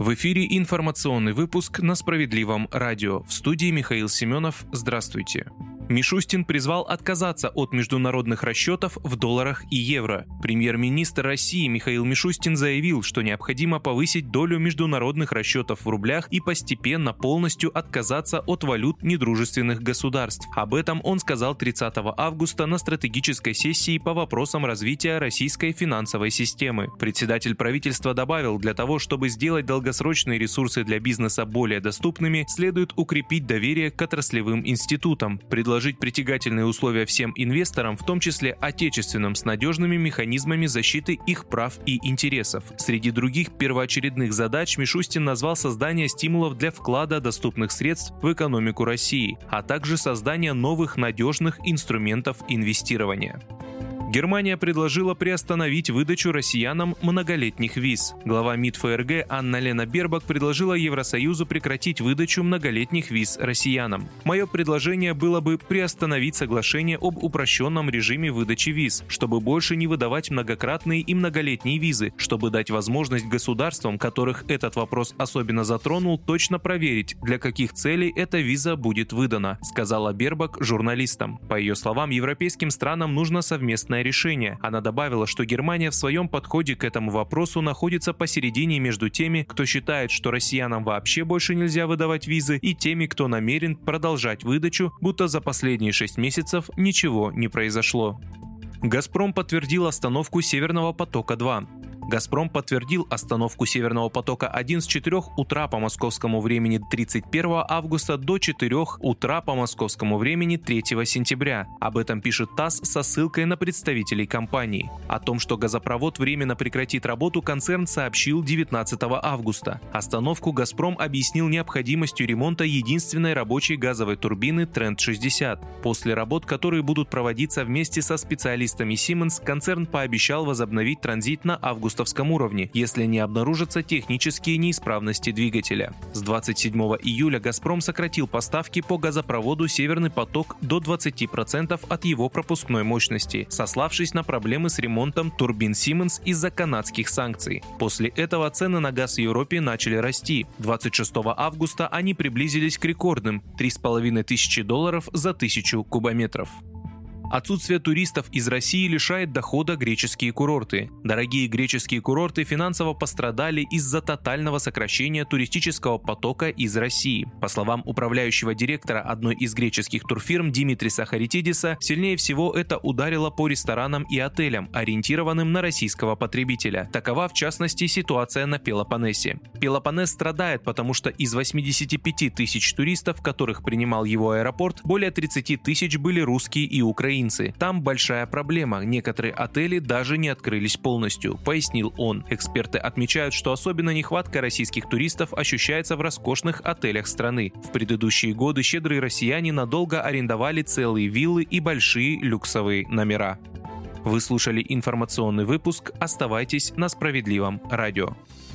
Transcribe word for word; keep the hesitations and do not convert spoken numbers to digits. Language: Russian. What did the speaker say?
В эфире информационный выпуск на Справедливом радио. В студии Михаил Семенов. Здравствуйте. Мишустин призвал отказаться от международных расчетов в долларах и евро. Премьер-министр России Михаил Мишустин заявил, что необходимо повысить долю международных расчетов в рублях и постепенно полностью отказаться от валют недружественных государств. Об этом он сказал тридцатого августа на стратегической сессии по вопросам развития российской финансовой системы. Председатель правительства добавил, для того, чтобы сделать долгосрочные ресурсы для бизнеса более доступными, следует укрепить доверие к отраслевым институтам, предложить притягательные условия всем инвесторам, в том числе отечественным, с надежными механизмами защиты их прав и интересов. Среди других первоочередных задач Мишустин назвал создание стимулов для вклада доступных средств в экономику России, а также создание новых надежных инструментов инвестирования. Германия предложила приостановить выдачу россиянам многолетних виз. Глава МИД ФРГ Анна-Лена Бербок предложила Евросоюзу прекратить выдачу многолетних виз россиянам. Мое предложение было бы приостановить соглашение об упрощенном режиме выдачи виз, чтобы больше не выдавать многократные и многолетние визы, чтобы дать возможность государствам, которых этот вопрос особенно затронул, точно проверить, для каких целей эта виза будет выдана, сказала Бербок журналистам. По ее словам, европейским странам нужно совместное решение. Она добавила, что Германия в своем подходе к этому вопросу находится посередине между теми, кто считает, что россиянам вообще больше нельзя выдавать визы, и теми, кто намерен продолжать выдачу, будто за последние шесть месяцев ничего не произошло. «Газпром» подтвердил остановку «Северного потока-два». «Газпром» подтвердил остановку «Северного потока-один» с четырёх утра по московскому времени тридцать первого августа до четырёх утра по московскому времени третьего сентября. Об этом пишет ТАСС со ссылкой на представителей компании. О том, что газопровод временно прекратит работу, концерн сообщил девятнадцатого августа. Остановку «Газпром» объяснил необходимостью ремонта единственной рабочей газовой турбины Трент шестьдесят. После работ, которые будут проводиться вместе со специалистами Siemens, концерн пообещал возобновить транзит на август уровне, если не обнаружатся технические неисправности двигателя. С двадцать седьмого июля «Газпром» сократил поставки по газопроводу «Северный поток» до двадцати процентов от его пропускной мощности, сославшись на проблемы с ремонтом турбин Siemens из-за канадских санкций. После этого цены на газ в Европе начали расти. двадцать шестого августа они приблизились к рекордным – три с половиной тысячи долларов за тысячу кубометров. Отсутствие туристов из России лишает дохода греческие курорты. Дорогие греческие курорты финансово пострадали из-за тотального сокращения туристического потока из России. По словам управляющего директора одной из греческих турфирм Димитриса Харитидиса, сильнее всего это ударило по ресторанам и отелям, ориентированным на российского потребителя. Такова, в частности, ситуация на Пелопоннесе. Пелопоннес страдает, потому что из восьмидесяти пяти тысяч туристов, которых принимал его аэропорт, более тридцати тысяч были русские и украинцы. Там большая проблема, некоторые отели даже не открылись полностью, пояснил он. Эксперты отмечают, что особенно нехватка российских туристов ощущается в роскошных отелях страны. В предыдущие годы щедрые россияне надолго арендовали целые виллы и большие люксовые номера. Вы слушали информационный выпуск. Оставайтесь на Справедливом радио.